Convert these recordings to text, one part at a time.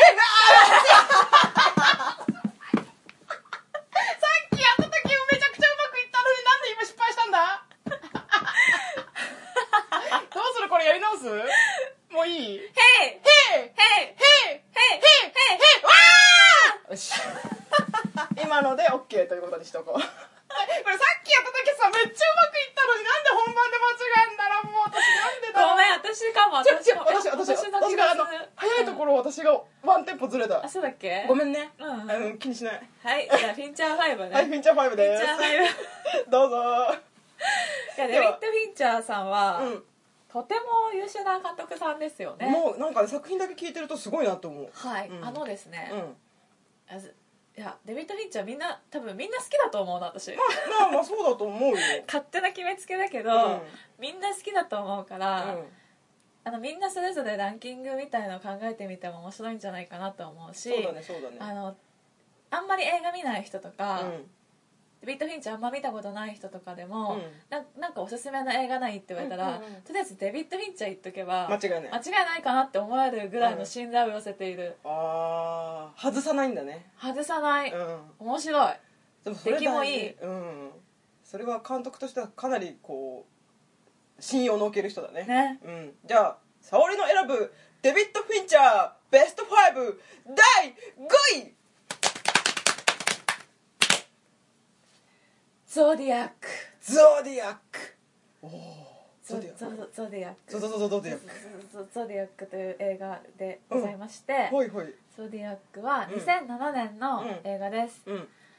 っきやった時めちゃくちゃうまくいったのになんで今失敗したんだどうするこれやり直すもういいヘイへいへいへいへいへいへいわーよし今ので OK ということにしとこうこれさっきやった時さめっちゃうまくいったのになんで本番で間違えんだろうもう私なんでだごめん、私かも。 私が早いところ私がワンテンポずれたあ、そうだっけ。 ごめんね気にしないはい、じゃあフィンチャー5ね。 はいフィンチャー5ですフィンチャー5 どうぞいやデビッド・フィンチャーさんは、 うんとても優秀な監督さんですよね。 もうなんかね作品だけ聞いてるとすごいなと思うはい、 うんですね、 うんいやデビッド・フィンチャー多分みんな好きだと思うの私まあそうだと思うよ勝手な決めつけだけど、みんな好きだと思うから、みんなそれぞれランキングみたいのを考えてみても面白いんじゃないかなと思うし、 そうだねあんまり映画見ない人とか、デビッド・フィンチャーあんま見たことない人とかでも、なんかおすすめの映画ないって言われたら、とりあえずデビッド・フィンチャー言っとけば間違いないかなって思えるぐらいの信頼を寄せている、 ああ外さないんだね外さない、面白い、 でもそれ出来もいい、 それは監督としてはかなりこう信用のおける人だねじゃあ沙織の選ぶデビッド・フィンチャーベスト5第5位ゾディアックゾディアックゾディアックゾディアックゾディアックという映画でございまして、 ほいほいゾディアックは2007年の映画です、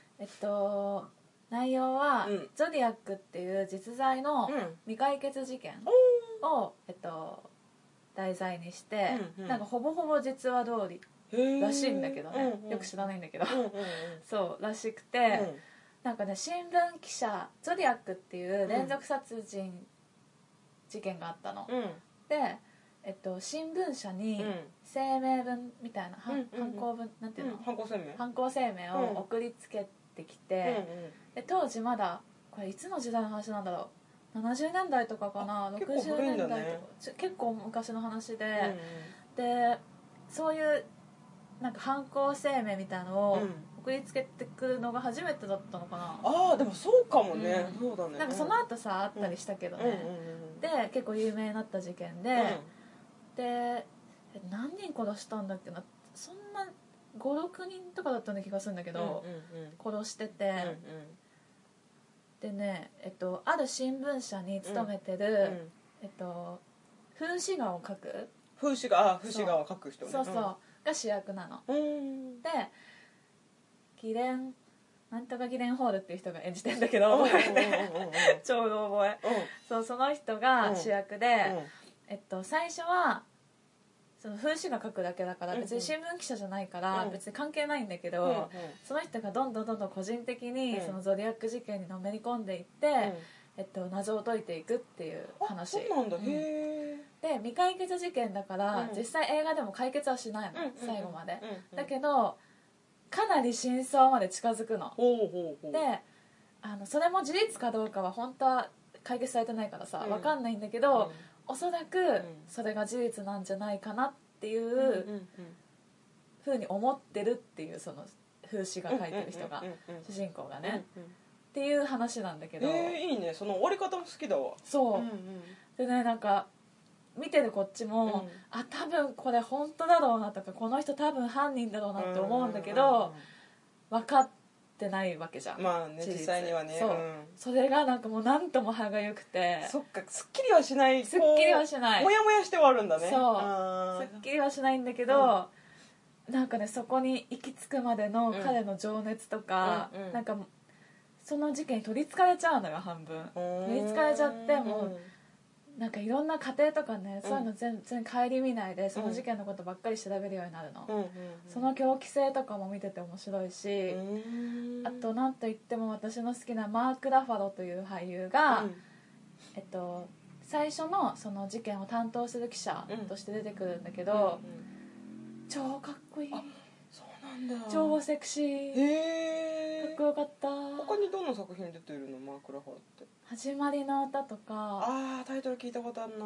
内容は、ゾディアックっていう実在の未解決事件を、題材にして、なんかほぼほぼ実話通りらしいんだけどね、よく知らないんだけどそうらしくて、なんかね新聞記者ゾディアックっていう連続殺人事件があったの、で、新聞社に声明文みたいな、犯行文なんていうの、犯行声明を送りつけてきて、で当時まだこれいつの時代の話なんだろう、70年代とかかな、60年代とか結構昔の話で、でそういうなんか犯行声明みたいなのをくりつけてくるのが初めてだったのかな。 ああでもそうかもね、 うんそうだね。 なんかその後さあったりしたけどね、で結構有名になった事件で、で何人殺したんだっけな、そんな56人とかだったような気がするんだけど、殺してて、でね、ある新聞社に勤めてる、風刺画を描く風刺画を描く人ね。 そうそう、が主役なの。でギレンなんとかギレンホールっていう人が演じてんだけど、ちょうど覚え、そうその人が主役で、最初はその風刺画描くだけだから別に新聞記者じゃないから別に関係ないんだけど、その人がどんどん個人的にそのゾディアック事件にのめり込んでいって、謎を解いていくっていう話。 そうなんだ、へえ。 で未解決事件だから、実際映画でも解決はしないの、最後まで、だけどかなり真相まで近づくの。でそれも事実かどうかは本当は解決されてないからさ、分かんないんだけど、おそらくそれが事実なんじゃないかなっていうふうに思ってるっていう、その風刺画描いてる人が、主人公がね、っていう話なんだけど、 いいね、その終わり方も好きだわ。 そう、でね、なんか見てるこっちも、あ多分これ本当だろうなとか、この人多分犯人だろうなって思うんだけど、分かってないわけじゃん、 まあね、実際にはね。 そう、それがなんかもう何とも歯がゆくて、 そっか、すっきりはしない、 すっきりはしない、 もやもやしてはあるんだね。 そうすっきりはしないんだけど、なんかね、そこに行き着くまでの彼の情熱とか、なんかその事件に取りつかれちゃうのよ、半分取りつかれちゃって、もうなんかいろんな家庭とかね、そういうの全然顧みないでその事件のことばっかり調べるようになるの、その狂気性とかも見てて面白いし、あとなんといっても私の好きなマーク・ラファロという俳優が、最初のその事件を担当する記者として出てくるんだけど、超かっこいい、 そうなんだ、 超セクシー、 へえ、 かっこよかった。 他にどんな作品出てるの、マーク・ラファロって。 始まりの歌とか、 ああタイトル聞いたことあるな。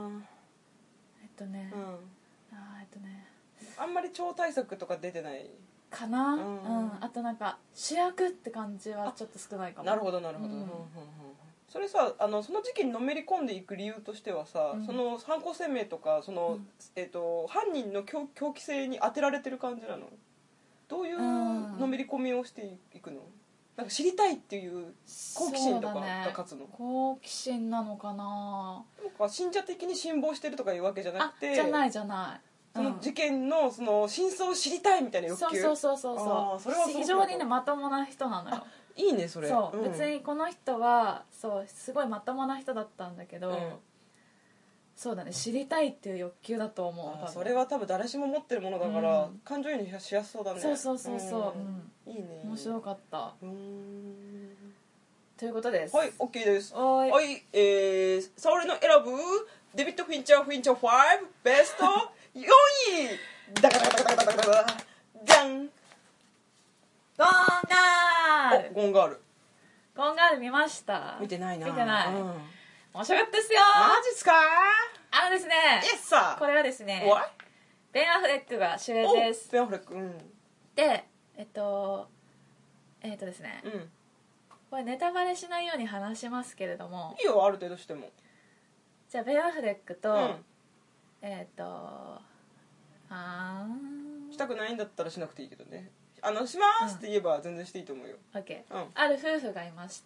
あんまり超大作とか出てないかな、あとなんか主役って感じはちょっと少ないかも。 なるほどなるほど、それさ、その時期にのめり込んでいく理由としてはさ、その犯行声明とかその、犯人の狂気性に当てられてる感じなの？どういうのめり込みをしていくの？なんか知りたいっていう好奇心とかが勝つの？ 好奇心なのかな。 なんか信者的に信望してるとかいうわけじゃなくて、 じゃないじゃない、 その事件のその真相を知りたいみたいな欲求。 そうそれは非常にねまともな人なのよ。 いいねそれ。 そう、別にこの人はそうすごいまともな人だったんだけど、そうだね、知りたいっていう欲求だと思う。 それは多分誰しも持ってるものだから、感情移入しやすそうだね。 そう、 いいね、 面白かった。ということです。 はい、 OK です。 はい、 沙織の選ぶデビッド・フィンチャー5ベスト4位ダカダカダカダカダカダカじゃん、 ゴーンガール。 ゴーンガール見ました？ 見てないな。 面白かったですよ。 マジっすか？ ですね、 イエスさー。 これはですね、ベン・アフレックが主演です。 ベン・アフレック、 でですね、これネタバレしないように話しますけれども、 いいよ、ある程度しても。 じゃあベン・アフレックと、 したくないんだったらしなくていいけどね。しますって言えば全然していいと思うよ。 OK、ある夫婦がいまして、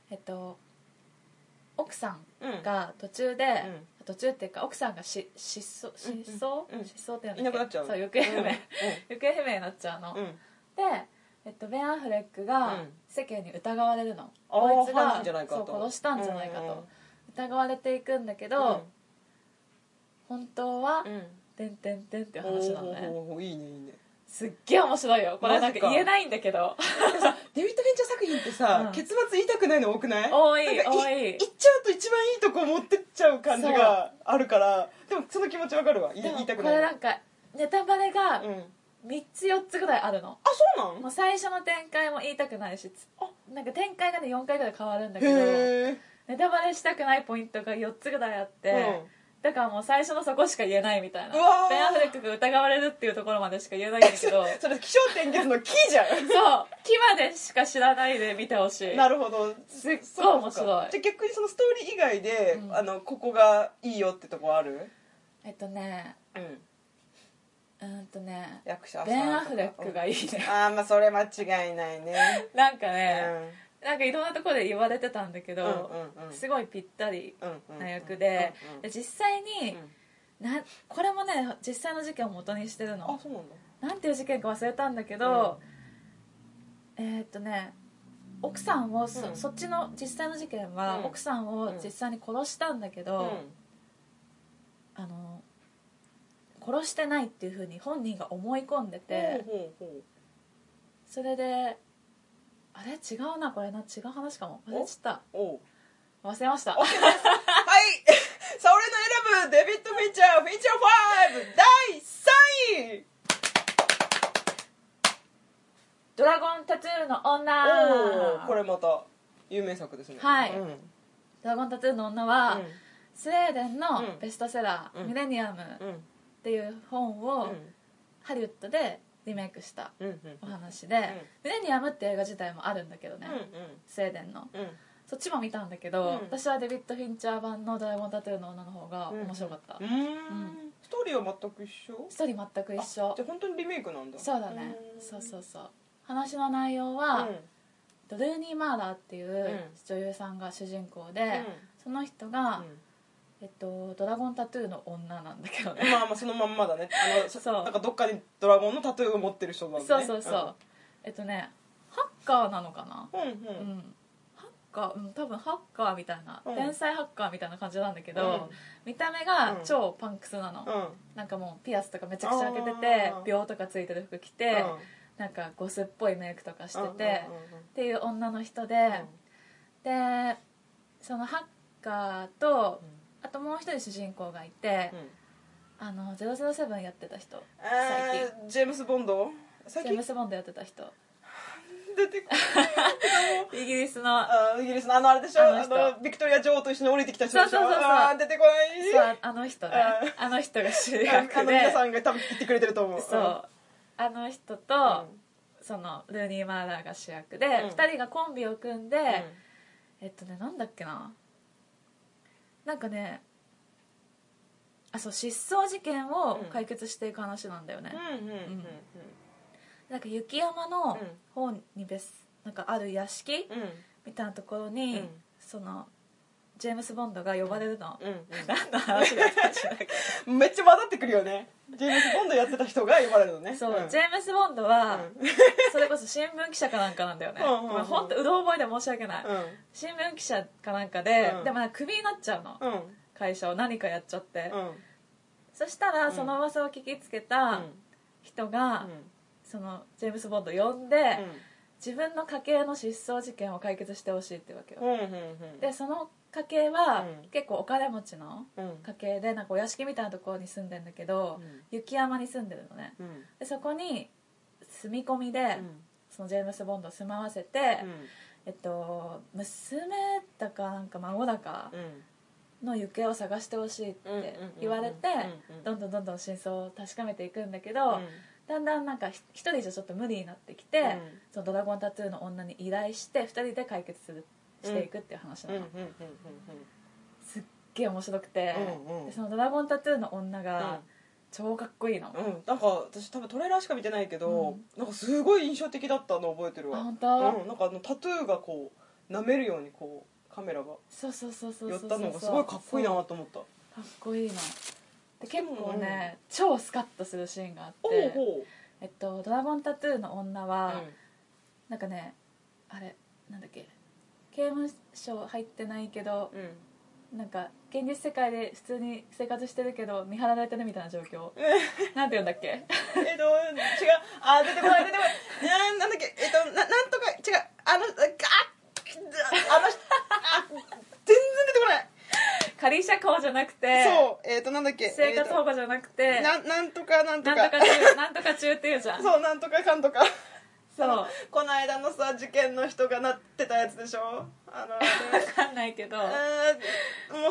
奥さんが途中で、途中っていうか奥さんが失踪っていうんだっけ、 いなくなっちゃう。 そう、行方不明になっちゃうの、で、ベン・アフレックが世間に疑われるの、こいつがそう殺したんじゃないかと疑われていくんだけど、本当はてんてんてんっていう話なのね。 いいねいいね。 すっげえ面白いよこれ。なんか言えないんだけどデビッド・フィンチャー作品ってさ、結末言いたくないの多くない？ 多い。 言っちゃうと一番いいとこ持ってっちゃう感じがあるから、でもその気持ちわかるわ。言いたくない。 これなんかネタバレが3つ4つぐらいあるの。 そうなん？ もう最初の展開も言いたくないし、なんか展開がね4回ぐらい変わるんだけど、ネタバレしたくないポイントが4つぐらいあって、 だからもう最初のそこしか言えないみたいな。 うわーベン・アフレックが疑われるっていうところまでしか言えないんだけどそれ起承転結の木じゃんそう木までしか知らないで見てほしい。 なるほど、 すっごい面白い。 じゃあ逆にそのストーリー以外で、ここがいいよってとこある？役者さんとかベン・アフレックがいいね、 ああまあそれ間違いないねなんかね、なんかいろんなところで言われてたんだけど、すごいぴったりな役で、実際に、これもね実際の事件を元にしてるの。 あ、そうなんだ。 なんていう事件か忘れたんだけど、奥さんをそっちの実際の事件は、奥さんを実際に殺したんだけど、殺してないっていうふうに本人が思い込んでて、それであれ違うな、これ違う話かも、忘れちゃった、忘れました。 はい沙織の選ぶデビッド・フィンチャーフィンチャー5第3位ドラゴンタトゥーの女。 これまた有名作ですね。 はい、ドラゴンタトゥーの女は、スウェーデンのベストセラー、ミレニアムっていう本をハリウッドでリメイクしたお話で、ミレニアムって映画自体もあるんだけどね、スウェーデンの、そっちも見たんだけど、私はデビッド・フィンチャー版のドラゴンタトゥーの女の方が面白かった。 ストーリーは全く一緒？ ストーリー全く一緒。 じゃあ本当にリメイクなんだ。 そうだね、そうそうそう。話の内容は、ルーニー・マーラーっていう女優さんが主人公で、その人が、ドラゴンタトゥーの女なんだけどね。 まあまあそのまんまだね。 そうなんかどっかにドラゴンのタトゥーを持ってる人なんだね。 そうそうそう。ハッカーなのかな。ハッカー、多分ハッカーみたいな、天才ハッカーみたいな感じなんだけど、見た目が超パンクスなの。なんかもうピアスとかめちゃくちゃ開けてて、秒とかついてる服着て、なんかゴスっぽいメイクとかしててっていう女の人で、でそのハッカーと、あともう一人主人公がいて、007やってた人、最近ジェームス・ボンドやってた人出てこないイギリスのあれでしょ、ビクトリア女王と一緒に降りてきた人でしょ。 そう出てこない。 そうあの人ね、あの人が主役で、 皆さんが多分言ってくれてると思う。 そうあの人と、そのルーニー・マーラーが主役で、2人がコンビを組んで、なんだっけな、なんかね、そう失踪事件を解決していく話なんだよね。なんか雪山の方になんかある屋敷みたいなところに、そのジェームス・ボンドが呼ばれるの。何の話だったんじゃないかめっちゃ混ざってくるよね。ジェームス・ボンドやってた人が呼ばれるのね。 そう、ジェームス・ボンドはそれこそ新聞記者かなんかなんだよね。ほんとうろ覚えで申し訳ない。新聞記者かなんかで、でもなんかクビになっちゃうの、会社を何かやっちゃって、そしたらその噂を聞きつけた人が、そのジェームス・ボンド呼んで、自分の家系の失踪事件を解決してほしいってわけよ。でその家系は結構お金持ちの家系で、なんかお屋敷みたいなところに住んでんだけど、雪山に住んでるのね。でそこに住み込みで、そのジェームス・ボンドを住まわせて、娘だかなんか孫だかの行方を探してほしいって言われて、どんどん真相を確かめていくんだけど、だんだんなんか一人じゃちょっと無理になってきて、そのドラゴンタトゥーの女に依頼して2人で解決していくっていう話なの。すっげえ面白くて、でそのドラゴンタトゥーの女が超かっこいいの。 なんか私多分トレーラーしか見てないけど、なんかすごい印象的だったの覚えてるわ。 本当？ なんかタトゥーがこう舐めるようにこうカメラが寄ったのがすごいかっこいいなと思った。かっこいいので、結構ね、超スカッとするシーンがあって、ドラゴンタトゥーの女は、なんかね、あれなんだっけ、刑務所入ってないけど、なんか現実世界で普通に生活してるけど見張られてるみたいな状況なんて言うんだっけ違う、 出てこないなんだっけ、なんとか違う、全然出てこない。 仮釈放じゃなくて、 そうなんだっけ、 生活保護じゃなくて、 なんとか中っていうじゃん。 そう、なんとかかんとか。 そうこの間のさ事件の人がなってたやつでしょ。 分かんないけど、 もうそれ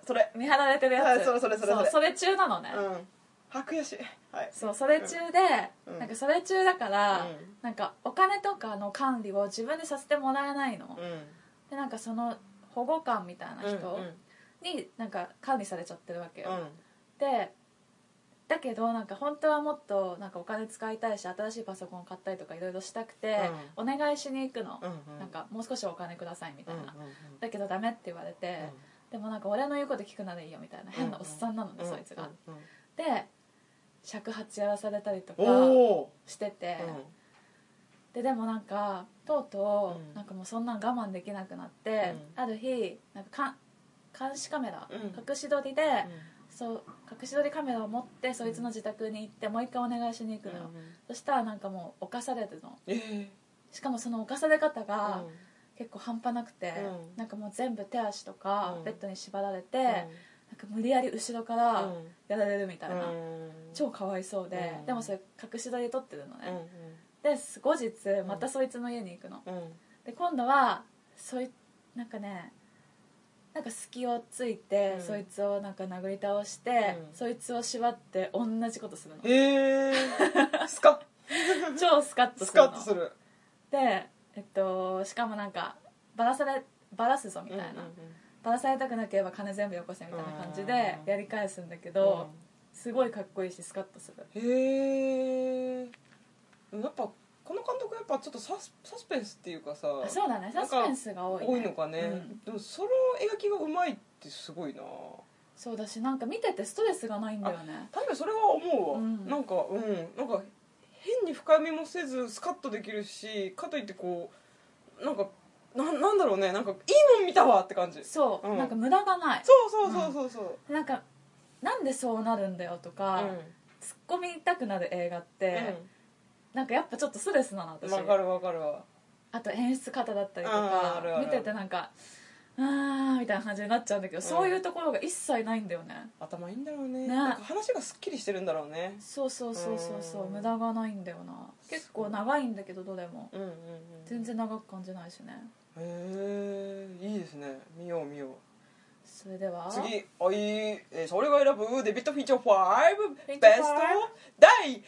それ見張られてるやつ、 はいそれそうそれ中なのね、 悔しい、はい、 そうそれ中で、なんかそれ中だから、 うんなんかお金とかの管理を自分でさせてもらえないの、でなんかその保護官みたいな人になんか管理されちゃってるわけよ、でだけどなんか本当はもっとなんかお金使いたいし新しいパソコンを買ったりとかいろいろしたくて、お願いしに行くの、なんかもう少しお金くださいみたいな、だけどダメって言われて、でもなんか俺の言うこと聞くならいいよみたいな変なおっさんなのね、そいつが、で尺八やらされたりとかしてて、でもなんかとうとうなんかもうそんなん我慢できなくなって、ある日なんか監視カメラ、隠し撮りで、そう隠し撮りカメラを持ってそいつの自宅に行ってもう一回お願いしに行くのよ、そしたらなんかもう犯されてるの、しかもその犯され方が結構半端なくて、なんかもう全部手足とかベッドに縛られて、なんか無理やり後ろからやられるみたいな、超かわいそうで、でもそれ隠し撮り撮ってるのね、で後日またそいつの家に行くの、で今度はなんかねなんか隙をついて、そいつをなんか殴り倒して、そいつを縛って同じことするの、 スカ超スカッとすスるのカッとするで、しかもなんかバラすぞみたいな、バラされたくなければ金全部よこせみたいな感じでやり返すんだけど、すごいかっこいいしスカッとする。 へえ、やっぱこの監督やっぱちょっとサスペンスっていうかさ、 そうだね、サスペンスが多い、ね、 多いのかね、でもその描きがうまいってすごいな。 そうだしなんか見ててストレスがないんだよね。 確かにそれは思うわ、なんか変に深みもせずスカッとできるし、かといってこうなんだろうね、なんかいいもん見たわって感じ。 そう、なんか無駄がない。 そうなんかなんでそうなるんだよとか、突っ込みたくなる映画って、なんかやっぱちょっとストレスなの私。 わかるわあと演出方だったりとか見ててなんかみたいな感じになっちゃうんだけど、そういうところが一切ないんだよね。 頭いいんだろうね。なんか話がすっきりしてるんだろうね。 そう無駄がないんだよな。結構長いんだけどどれも、全然長く感じないしね。 へえ、いいですね。見よう。 それでは次、それが選ぶデビッド・フィンチャー5ベスト第2位。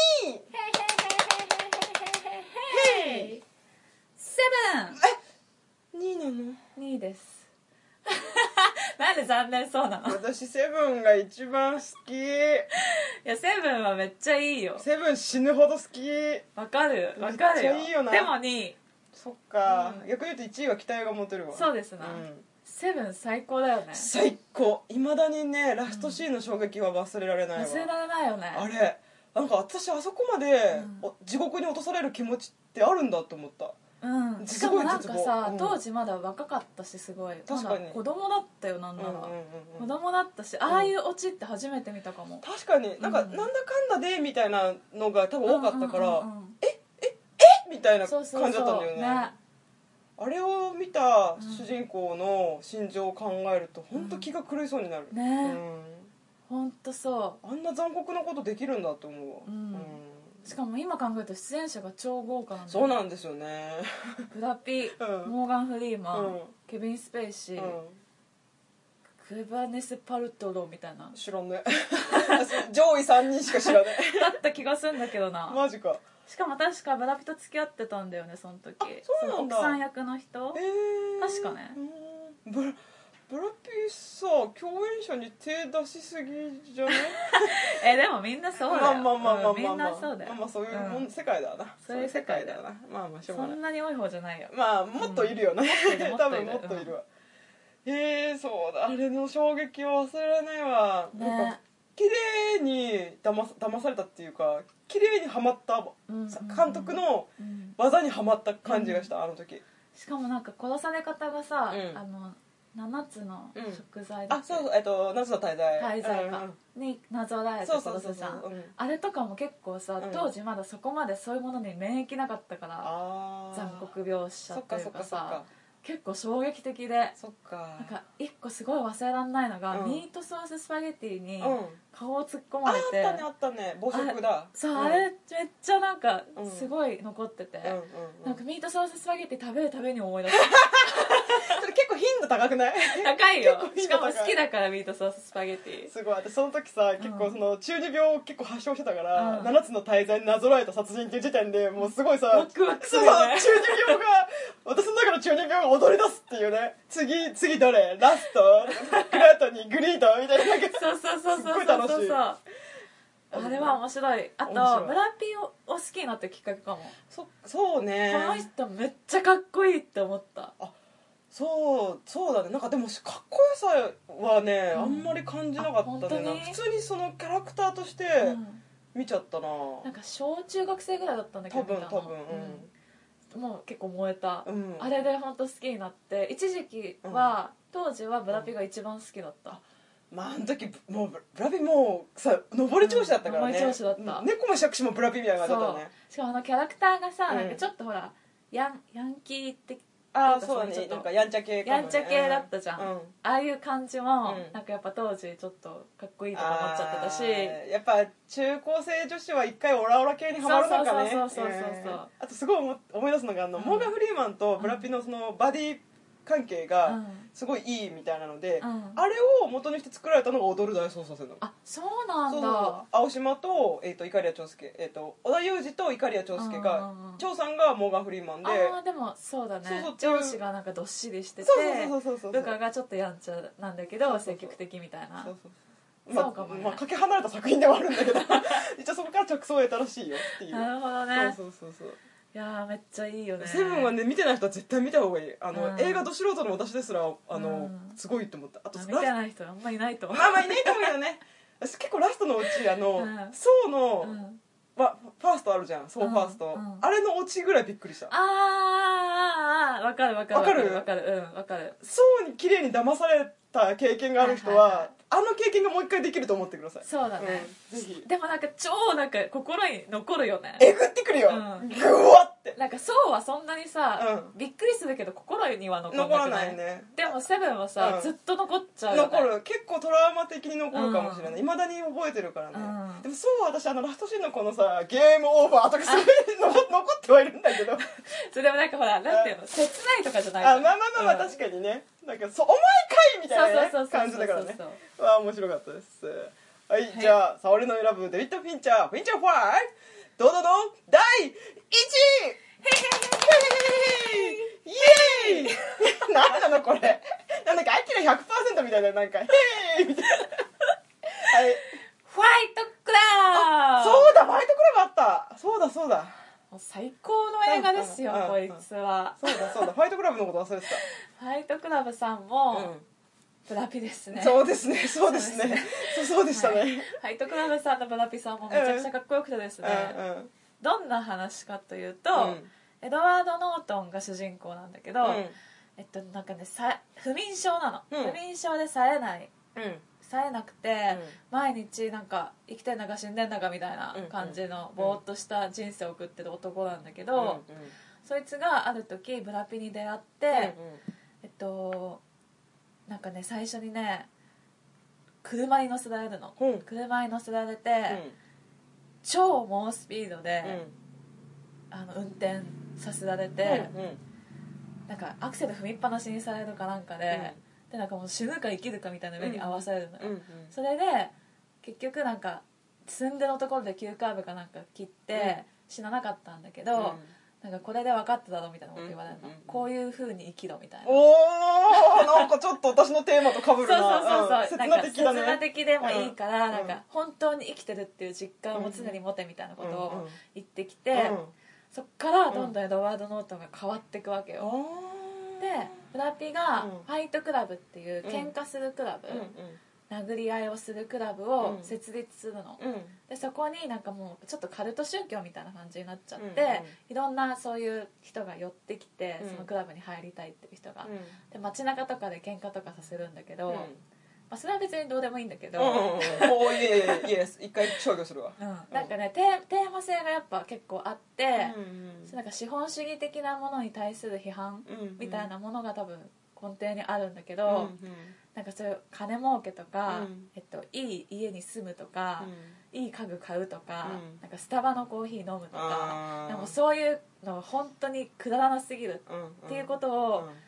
ヘイセブン。 2位なの ？2位ですなんで残念そうなの？ 私セブンが一番好き。いやセブンはめっちゃいいよ。 セブン死ぬほど好き。 わかるよ。 めっちゃいいよな。 でも2位。 そっか、逆に言うと1位は期待が持てるわ。 そうですな、セブン最高だよね。 最高。いまだにね、ラストシーンの衝撃は忘れられないわ。 忘れられないよね。 あれなんか私あそこまで、地獄に落とされる気持ちってあるんだと思った。 しかもなんかさ、当時まだ若かったし、すごい確かにまだ子供だったよ。なんなら、子供だったし、ああいうオチって初めて見たかも。 確かになんか、なんだかんだでみたいなのが多分多かったから、みたいな感じだったんだよね。あれを見た主人公の心情を考えると本当気が狂いそうになるね。本当そう。 あんな残酷なことできるんだと思うわ。 しかも今考えると出演者が超豪華なんだよ。 そうなんですよね。 ブラピ、モーガン・フリーマン、ケビン・スペイシー、クレバネス・パルトロみたいな。 知らんね上位3人しか知らないだった気がするんだけどな。 マジか。 しかも確かブラピと付き合ってたんだよね、その時。 そうなんだ。 奥さん役の人、確かね。 ブラピさ、共演者に手出しすぎじゃねでもみんなそうだよ。みんなそうだよ。 そういう世界だな。 そういう世界だよな。 しょうがない。 そんなに多い方じゃないよ。 もっといるよね。多分もっといるわ。そうだ、あれの衝撃を忘れられないわ。なんか綺麗に騙されたっていうか、綺麗にはまった監督の技にはまった感じがした、あの時。 しかもなんか殺され方がさ、7つの食材だっけ、 そう7つの大罪になぞらえて殺すじゃん。あれとかも結構さ、当時まだそこまでそういうものに免疫なかったから、残酷描写っていうかさ、結構衝撃的で。なんか一個すごい忘れられないのが、ミートソーススパゲティに顔を突っ込まれて、 あったね母食だ。 そう、あれめっちゃなんかすごい残ってて、なんかミートソーススパゲティ食べるたびに思い出したそれ結構頻度高くない？ 高いよ。 結構頻し度高いかも好きだからミートソーススパゲティ。 すごい。私その時さ、結構その中二病を結構発症してたから、 うん 7つの大罪になぞらえた殺人っていう時点でもうすごいさ、 ワクワクすそうるよね中二病が私の中の中二病が踊り出すっていうね。次どれラストグラトニーグリードみたいな、なんかそうそうそうそうすっごい楽しい。 あれは面白い。あと面白いブラピを好きになったきっかけかも。 そうね。 この人めっちゃかっこいいって思った。 そうだね。なんかでもかっこよさはね、あんまり感じなかった本当にね。普通にそのキャラクターとして見ちゃったな。 なんか小中学生ぐらいだったんだけど、 多分見たのもう結構燃えた、あれで本当好きになって、一時期は、当時はブラピが一番好きだった。 まあ、あの時もうブラピもうさ上り調子だったからね、 上り調子だった。 猫も杓子もブラピみたいな感じだったね。 しかもキャラクターがさ、なんかちょっとほらヤンキーってそうだね。なんかやんちゃ系かもね。 やんちゃ系だったじゃん、ああいう感じも、なんかやっぱ当時ちょっとかっこいいとか思っちゃってたし、 やっぱ中高生女子は一回オラオラ系にハマるのかね。 そうあとすごい思い出すのがモーガン・フリーマンとブラピのそのバディ関係がすごいいいみたいなので、あれを元にして作られたのが踊る大捜査線なの。 あ、そうなんだ。 そう青島と、碇谷長介、織田裕二と碇谷長介が、長さんがモーガン・フリーマンで、 でもそうだね。 そう上司がなんかどっしりしてて、部下がちょっとやんちゃなんだけど積極的みたいな。 そうかもね。かけ離れた作品ではあるんだけど一応そこから着想を得たらしいよっていう。 なるほどね。 そういやーめっちゃいいよね。 セブンはね、見てない人は絶対見た方がいい。映画ど素人の私ですらすごいと思った。あと見てない人あんまいないと思う。 まあいないと思うけどね。私結構ラストのうちソーのファーストあるじゃん。ソーファースト、あれのオチぐらいびっくりした。 わかるわかる。 ソーに綺麗に騙された経験がある人はあの経験がもう一回できると思ってください。 そうだね、 ぜひ。 でもなんか超なんか心に残るよね。 えぐってくるよ、ぐわってなんかそうはそんなにさ、びっくりするけど心には残らないね。でもセブンはさ、ずっと残っちゃうよね。 残る。結構トラウマ的に残るかもしれない。未だに覚えてるからね。でもそう私ラストシーンのこのさゲームオーバーとかすごい残ってはいるんだけどそれでもなんかほらなんていうの、切ないとかじゃない。 まあ確かにね。なんかお前かいみたいな感じだからね。面白かったです。はい、じゃあ沙織の選ぶデビッド・フィンチャー5ドドドン第1位。イエーイ何なのこれ。なんだかアキラ 100% みたいな、なんかヘーイみたいな。はい、 ファイトクラブ。 そうだ、ファイトクラブあった。そうだもう最高の映画ですよ、こいつは。 そうだファイトクラブのこと忘れてた。 ファイトクラブさんもブラピですね。 そうでしたね。 ファイトクラブさんのブラピさんもめちゃくちゃかっこよくてですね、どんな話かというと、エドワード・ノートンが主人公なんだけど、なんかね不眠症なの、不眠症で冴えなくて、毎日なんか生きてんだか死んでんだかみたいな感じのぼーっとした人生を送ってる男なんだけど、そいつがある時ブラピに出会って、なんかね最初にね車に乗せられるの、車に乗せられて、超猛スピードで、運転させられて、なんかアクセル踏みっぱなしにされるかなんかで、でなんかもう死ぬか生きるかみたいな目に遭わされるのよ、それで結局なんか積んでのところで急カーブかなんか切って死ななかったんだけど、なんかこれで分かっただろみたいなこと言われるの、こういう風に生きろみたいな。 なんかちょっと私のテーマと被るな。 切な的だね。切な的でもいいから、なんか本当に生きてるっていう実感を常に持てみたいなことを言ってきて、そっからどんどんエドワード・ノートンが変わっていくわけよ。でブラピがファイトクラブっていう喧嘩するクラブ、殴り合いをするクラブを設立するの、でそこになんかもうちょっとカルト宗教みたいな感じになっちゃって、いろんなそういう人が寄ってきて、そのクラブに入りたいっていう人が、で街中とかで喧嘩とかさせるんだけど、それは別にどうでもいいんだけど、 一回消去するわ。 なんかねテーマ性がやっぱ結構あって、なんか資本主義的なものに対する批判みたいなものが多分根底にあるんだけど、なんかそういう金儲けとか、いい家に住むとか、いい家具買うとか、なんかスタバのコーヒー飲むとか、でもそういうのが本当にくだらなすぎるっていうことを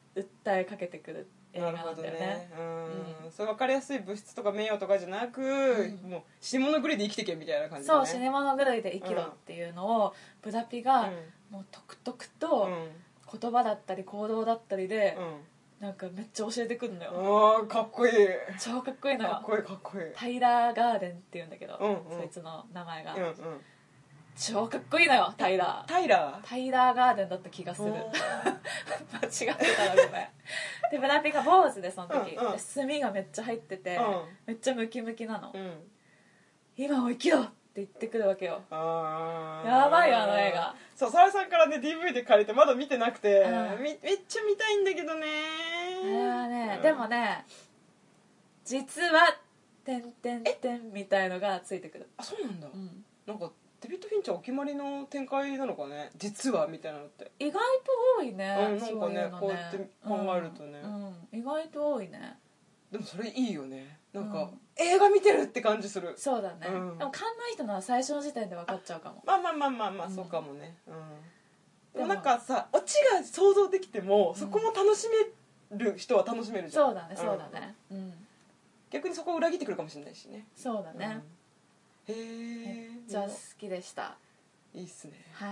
訴えかけてくる映画なんだよね。 それ分かりやすい物質とか名誉とかじゃなく、もう死に物狂いで生きてけみたいな感じだね。 そう、死に物狂いで生きろっていうのをブラピがもうとくと言葉だったり行動だったりでなんかめっちゃ教えてくるのよ。 かっこいい。 超かっこいいのよ。 かっこいいかっこいい。 タイラー・ガーデンっていうんだけど、そいつの名前が、超かっこいいのよ。タイラーガーデンだった気がする。間違ってたらごめん。でブラピが坊主でその時、墨がめっちゃ入ってて、めっちゃムキムキなの、今を生きろって言ってくるわけよ。やばいよあの映画。 そう、サラさんからね DVD 借りてまだ見てなくて、めっちゃ見たいんだけどね。 あれはね、でもね、実はてんてんてんみたいのがついてくる。 あ、そうなんだ。なんかデビッド・フィンチャーお決まりの展開なのかね、実はみたいなのって意外と多いね。 なんかね、こうやって考えるとね、 意外と多いね。 でもそれいいよね。なんか、映画見てるって感じする。 そうだね、でも勘のいい人なら最初の時点で分かっちゃうかも。 まあ、そうかもね。でもなんかさ、オチが想像できても、そこも楽しめる人は楽しめるじゃん。 そうだねそうだね、 逆にそこを裏切ってくるかもしれないしね。 そうだね、 へえ、 めっちゃ好きでした。 いいっすね。 はい。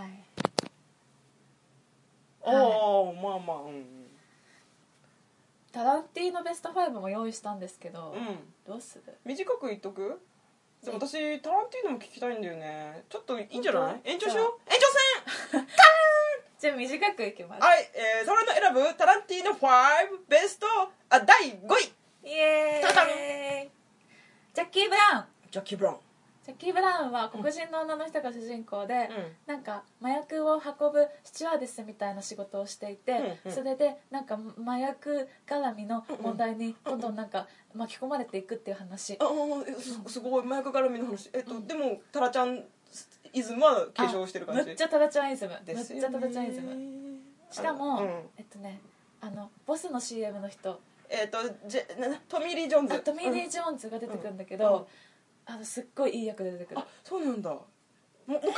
おお、まあタランティーノベスト5も用意したんですけど、どうする？ 短く言っとく？でも私タランティーノも聞きたいんだよね。ちょっといいんじゃない？延長しよう。延長戦じゃあ短くいきます。 はい、それの選ぶタランティーノ5ベスト第5位、 イエーイ。ジャッキー・ブラウン。 ジャッキー・ブラウンは黒人の女の人が主人公で、なんか麻薬を運ぶスチュワーデスみたいな仕事をしていて、それでなんか麻薬絡みの問題にどんどんなんか巻き込まれていくっていう話。 すごい麻薬絡みの話。でもタラちゃんイズムは継承してる感じ。 むっちゃタラちゃんイズム。しかもボスの CM の人、 トミー・リー・ジョーンズ。 トミー・リー・ジョーンズが出てくるんだけど、すっごいいい役で出てくる。 あ、そうなんだ。もう一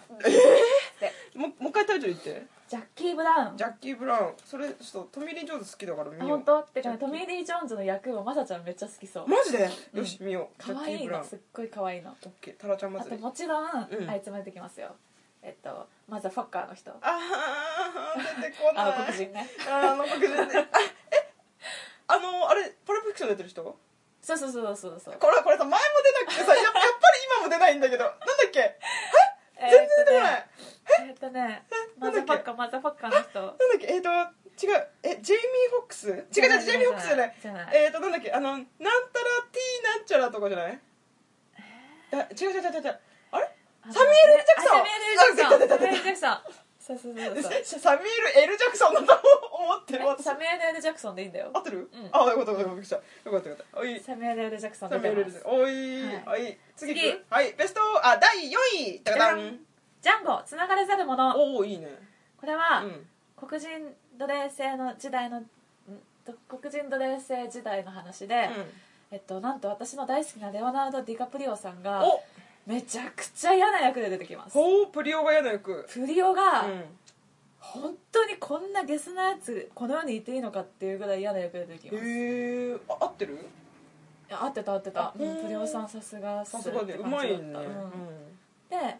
回タイトル言って。 ジャッキー・ブラウン。 それちょっとトミー・リー・ジョーンズ好きだから見よう。 本当？ってかトミー・リー・ジョーンズの役をまさちゃんめっちゃ好きそう。 マジで？よし見よう。 可愛いの、すっごい可愛いの。 オッケー、タラちゃん祭り。 あともちろんあいつも出てきますよ。マザーファッカーの人。 出てこない。 黒人ね。 黒人ね。あれパルプフィクション出てる人？ そうこれさ、前も出なくてさ、やっぱり今も出ないんだけど、なんだっけ？全然出てこない。 マザーファッカーの人。 なんだっけ？違う。ジェイミー・フォックス？違う、ジェイミー・フォックスじゃない。なんだっけ？なんたら T なんちゃらとかじゃない？違う。あれ？サミュエル・L・ジャクソン。 そうサミュエル・L・ジャクソンだと思ってる。 サミュエル・L・ジャクソンでいいんだよ。 合ってる？あ、よかったよかった。 サミュエル・L・ジャクソン出てます。 おい、次。はい、ベスト第4位。ジャンゴつながれざるもの。 おお、いいね。 これは黒人奴隷制時代の話で、なんと私の大好きなレオナルド・ディカプリオさんがめちゃくちゃ嫌な役で出てきます。 プリオが嫌な役。 プリオが本当にこんなゲスなやつこの世にいていいのかっていうぐらい嫌な役で出てきます。 合ってる？ 合ってた。プリオさんさすがっすって感じだった。 うまいね。 で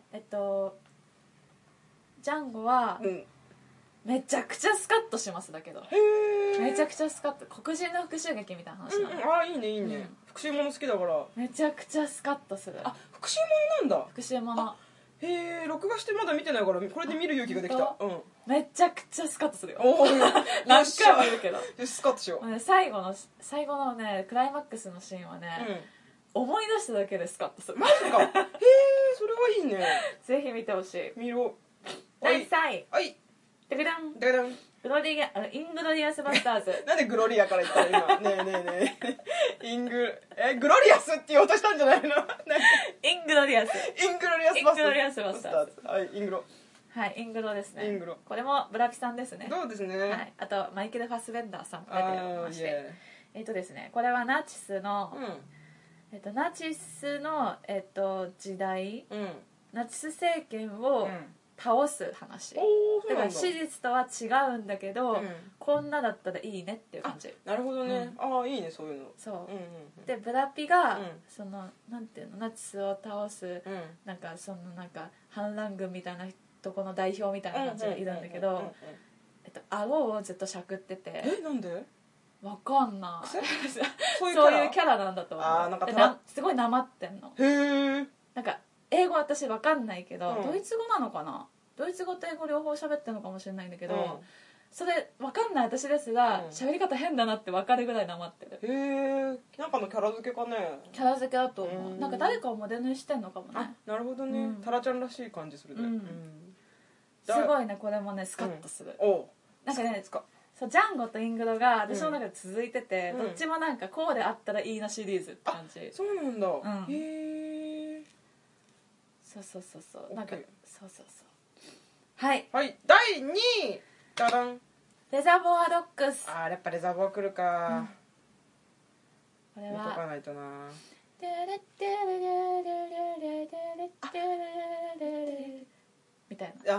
ジャンゴはめちゃくちゃスカッとしますだけど、めちゃくちゃスカッと、黒人の復讐劇みたいな話なの。 いいね。復讐もの好きだから。 めちゃくちゃスカッとする。 復讐ものなんだ。 復讐もの。 録画してまだ見てないからこれで見る勇気ができた。 めちゃくちゃスカッとするよ。 何回も言うけどスカッとしよう。 最後のねクライマックスのシーンはね、思い出しただけでスカッとする。 マジか。それはいいね。 ぜひ見てほしい。 見ろ。 第3位。 はい。 イングロリアスバスターズ。 なんでグロリアから言ったら今。ねえ。グロリアスって言おうとしたんじゃないの？ イングロリアスバスターズ。 はい、イングロですね。 イングロ。 これもブラピさんですね。 そうですね。 はい。あとマイケル・ファスベンダーさんも出てまして、ですね、これはナチスの時代、ナチス政権を倒す話。だから史実とは違うんだけど、こんなだったらいいねっていう感じ。 なるほどね、ああいいねそういうの。 そう、でブラピが、そのなんていうの、ナチスを倒す、なんかそのなんか反乱軍みたいなとこの代表みたいな感じでいるんだけど、顎をずっとしゃくってて。 なんでわかんないそういうキャラなんだと思う。 なんかすごいなまってんの。 へえ。 なんか英語私わかんないけど、ドイツ語なのかな、ドイツ語と英語両方喋ってるのかもしれないんだけど、それわかんない私ですが喋り方変だなってわかるぐらいなまってる。 へえ。なんかのキャラ付けかね。 キャラ付けだと思う。なんか誰かをモデルにしてんのかもね。 なるほどね、タラちゃんらしい感じするね。 すごいね、これもねスカッとする。なんかね、そうジャンゴとイングロが私の中で続いてて、どっちもなんかこうであったらいいなシリーズって感じ。 そうなんだ。へえ。 そうなんかそうはい、 第2位ダダン。 レザボアドッグス。 やっぱレザボア来るか。 これは見とかないとな。 みたいな。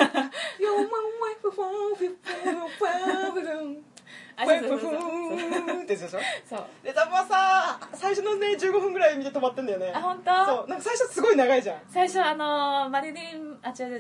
そうレザボアさ、最初のね15分ぐらい見て止まってんだよね。 本当？ そうなんか最初すごい長いじゃん。 最初マリリン違う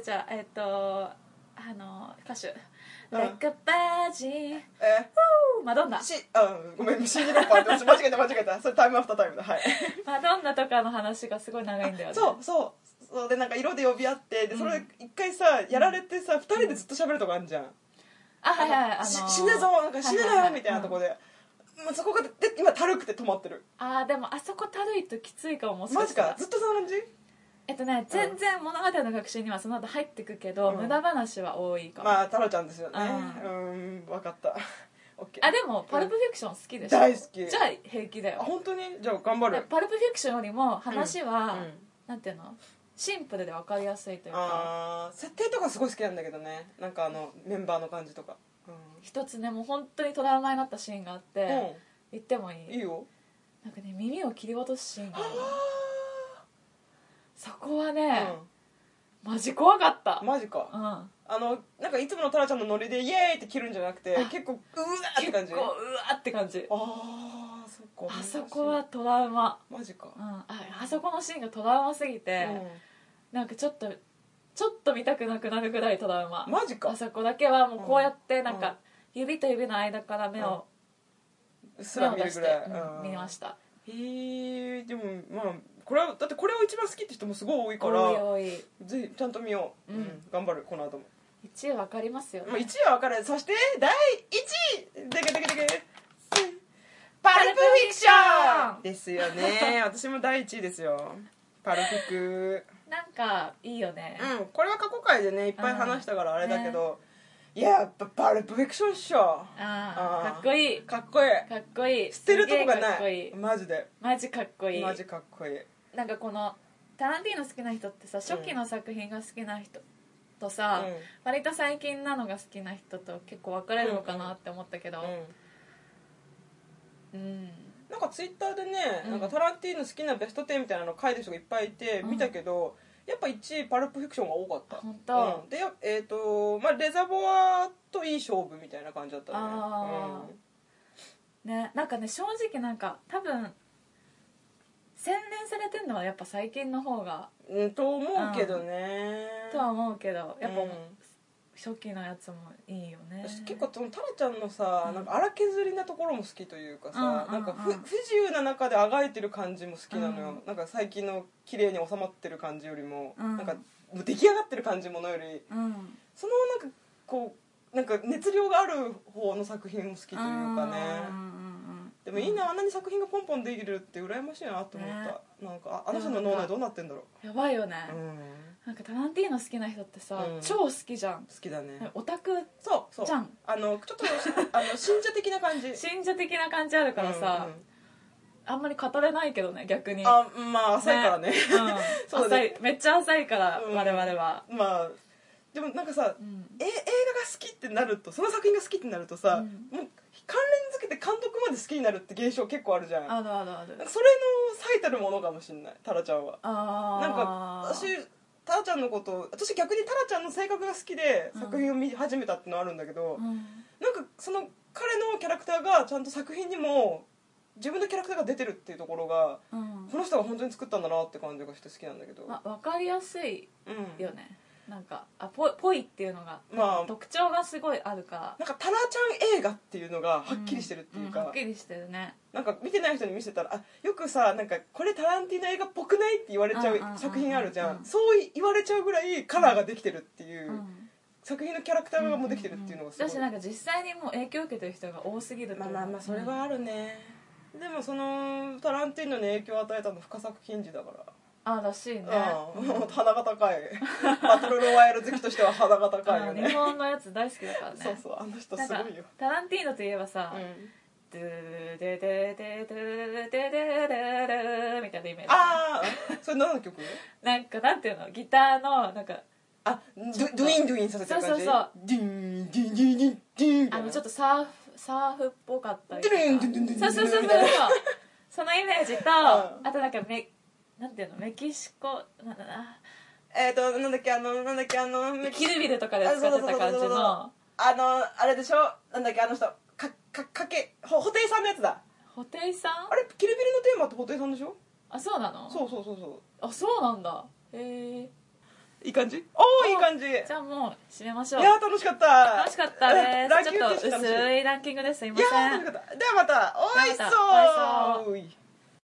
歌手Like a virgin マドンナごめんシンディ・ロッパーって間違えたそれタイムアフタータイムだ。はいマドンナとかの話がすごい長いんだよね。 そうでなんか色で呼び合ってでそれ一回さやられてさ2人でずっと喋るとこあるじゃん。死ぬぞなんか死ぬなよみたいなとこでそこが今たるくて止まってる。 でもあそこたるいときついかも。 マジかずっとその感じ。 全然物語の学習にはその後入ってくけど、無駄話は多いかも。 タロちゃんですよね。分かった。 でもパルプフィクション好きでしょ。 大好き。 じゃあ平気だよ。 本当にじゃあ頑張る。 パルプフィクションよりも話はなんていうの、シンプルで分かりやすいというか。 設定とかすごい好きなんだけどね。なんかメンバーの感じとか。 一つねもう本当にトラウマになったシーンがあって、言ってもいい？ いいよ。 なんかね耳を切り落とすシーンがある。そこはね、マジ怖かった。 マジか。なんかいつものタラちゃんのノリでイエーイって切るんじゃなくて結構うわーって感じ。 結構うわーって感じ。 そっか。 あそこはトラウマ。 マジか。 あそこのシーンがトラウマすぎて、なんかちょっと見たくなくなるぐらいトラウマ。 マジか。 あそこだけはもうこうやってなんか指と指の間から目をうっすら見るぐらい見ました。 でもまあこれはだってこれを一番好きって人もすごい多いから多いぜひちゃんと見よう。頑張るこの後も。 1位分かりますよね。 1位は分かる。そして第1位でけパルプフィクションですよね。私も第1位ですよ。パルフィクなんかいいよね。 これは過去回でねいっぱい話したからあれだけど、やっぱパルプフィクションっしょ。 かっこいい。 かっこいい。捨てるとこがないマジで。 マジかっこいい。 マジかっこいい。 なんかこのタランティーノ好きな人ってさ、初期の作品が好きな人とさ、割と最近なのが好きな人と結構分かれるのかなって思ったけど、 なんかツイッターでね、なんかタランティーノ好きなベスト10みたいなの書いてる人がいっぱいいて見たけど、やっぱ1位パルプフィクションが多かった。 本当。 でレザボアといい勝負みたいな感じだったね。なんかね正直なんか多分洗練されてるのはやっぱ最近の方がと思うけどね。 とは思うけどやっぱ初期のやつもいいよね。 結構タラちゃんのさ、なんか荒削りなところも好きというかさ、なんか不自由な中であがいてる感じも好きなのよ。なんか最近の綺麗に収まってる感じよりも、なんか出来上がってる感じものより、そのなんかこうなんか熱量がある方の作品も好きというかね。でもいいな、あんなに作品がポンポンできるって羨ましいなと思った。なんかあの人の脳内どうなってんだろう。 やばいよね。なんかタランティーノ好きな人ってさ、超好きじゃん。 好きだね。 オタクじゃん。 ちょっと信者的な感じ。 信者的な感じあるからさ、あんまり語れないけどね、逆に。 まあ浅いからね。 めっちゃ浅いから我々は。 まあでもなんかさ、映画が好きってなると、その作品が好きってなるとさ、もう関連付けて監督まで好きになるって現象結構あるじゃん。 あるあるある。 それの最たるものかもしれないタラちゃんは。なんか私タラちゃんのこと私逆にタラちゃんの性格が好きで作品を見始めたっていうのはあるんだけど、なんかその彼のキャラクターがちゃんと作品にも自分のキャラクターが出てるっていうところが、この人が本当に作ったんだなって感じがして好きなんだけど、 分かりやすいよね、なんかぽいっていうのが、特徴がすごいあるから、 なんかタラちゃん映画っていうのがはっきりしてるっていうか、 はっきりしてるね。 なんか見てない人に見せたらよくさ、なんかこれタランティーノ映画っぽくないって言われちゃう作品あるじゃん、そう言われちゃうぐらいカラーができてるっていう、作品のキャラクターがもうできてるっていうのがすごい、 私なんか実際にもう影響を受けてる人が多すぎると思う。 まあそれはあるね、でもそのタランティーノに影響を与えたの深作欣二だから、 らしいね。 鼻が高いバトルロワイヤル好きとしては鼻が高いよね。 日本のやつ大好きだからね。 そうあの人すごいよ。 タランティーノといえばさ、ドゥーデデデドゥデデデみたいなイメージ。 それ何の曲？ なんかなんていうの、ギターのなんかドゥインドゥインさせてる感じ。そうドゥンドゥンドゥンドゥンドゥン、ちょっとサーフっぽかったりとか、そうそのイメージと、あとなんかなんていうの、メキシコなんだキルビルとかで使ってた感じのあれでしょ、なんだっけあの人布袋さんのやつだ。 布袋さん、 あれキルビルのテーマって布袋さんでしょ。 そうなの。 そうそうなんだ。 いい感じ。いい感じ。 じゃあもう締めましょう。 いや楽しかったです。 ちょっと薄いランキングです。すいません。 ではまたお会いしそう。